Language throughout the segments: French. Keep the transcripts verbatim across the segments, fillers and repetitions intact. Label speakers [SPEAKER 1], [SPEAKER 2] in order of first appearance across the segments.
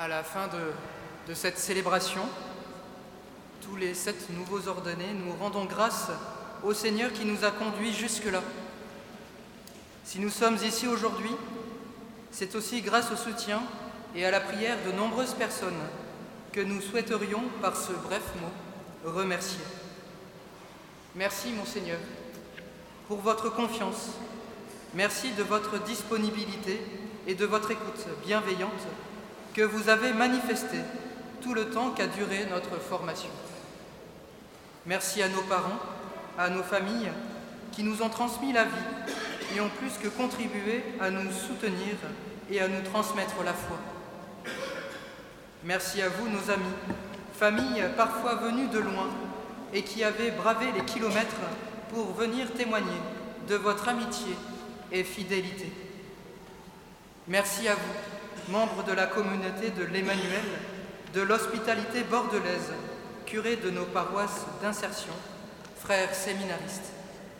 [SPEAKER 1] À la fin de, de cette célébration, tous les sept nouveaux ordonnés, nous rendons grâce au Seigneur qui nous a conduits jusque-là. Si nous sommes ici aujourd'hui, c'est aussi grâce au soutien et à la prière de nombreuses personnes que nous souhaiterions, par ce bref mot, remercier. Merci, mon Seigneur, pour votre confiance. Merci de votre disponibilité et de votre écoute bienveillante que vous avez manifestée tout le temps qu'a duré notre formation. Merci à nos parents, à nos familles qui nous ont transmis la vie et ont plus que contribué à nous soutenir et à nous transmettre la foi. Merci à vous, nos amis, familles parfois venues de loin et qui avaient bravé les kilomètres pour venir témoigner de votre amitié et fidélité. Merci à vous, membres de la communauté de l'Emmanuel, de l'hospitalité bordelaise, curés de nos paroisses d'insertion, frères séminaristes.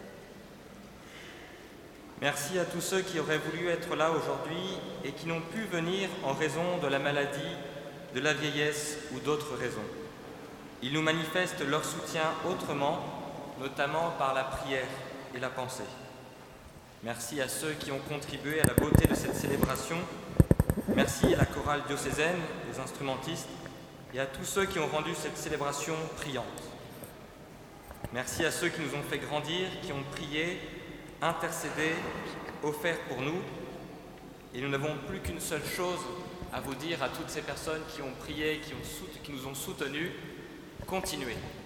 [SPEAKER 2] Merci à tous ceux qui auraient voulu être là aujourd'hui et qui n'ont pu venir en raison de la maladie, de la vieillesse ou d'autres raisons. Ils nous manifestent leur soutien autrement, notamment par la prière et la pensée. Merci à ceux qui ont contribué à la beauté de cette célébration. Merci à la chorale diocésaine, aux instrumentistes et à tous ceux qui ont rendu cette célébration priante. Merci à ceux qui nous ont fait grandir, qui ont prié, intercédé, offert pour nous. Et nous n'avons plus qu'une seule chose à vous dire à toutes ces personnes qui ont prié, qui, ont sout- qui nous ont soutenus. Continuez.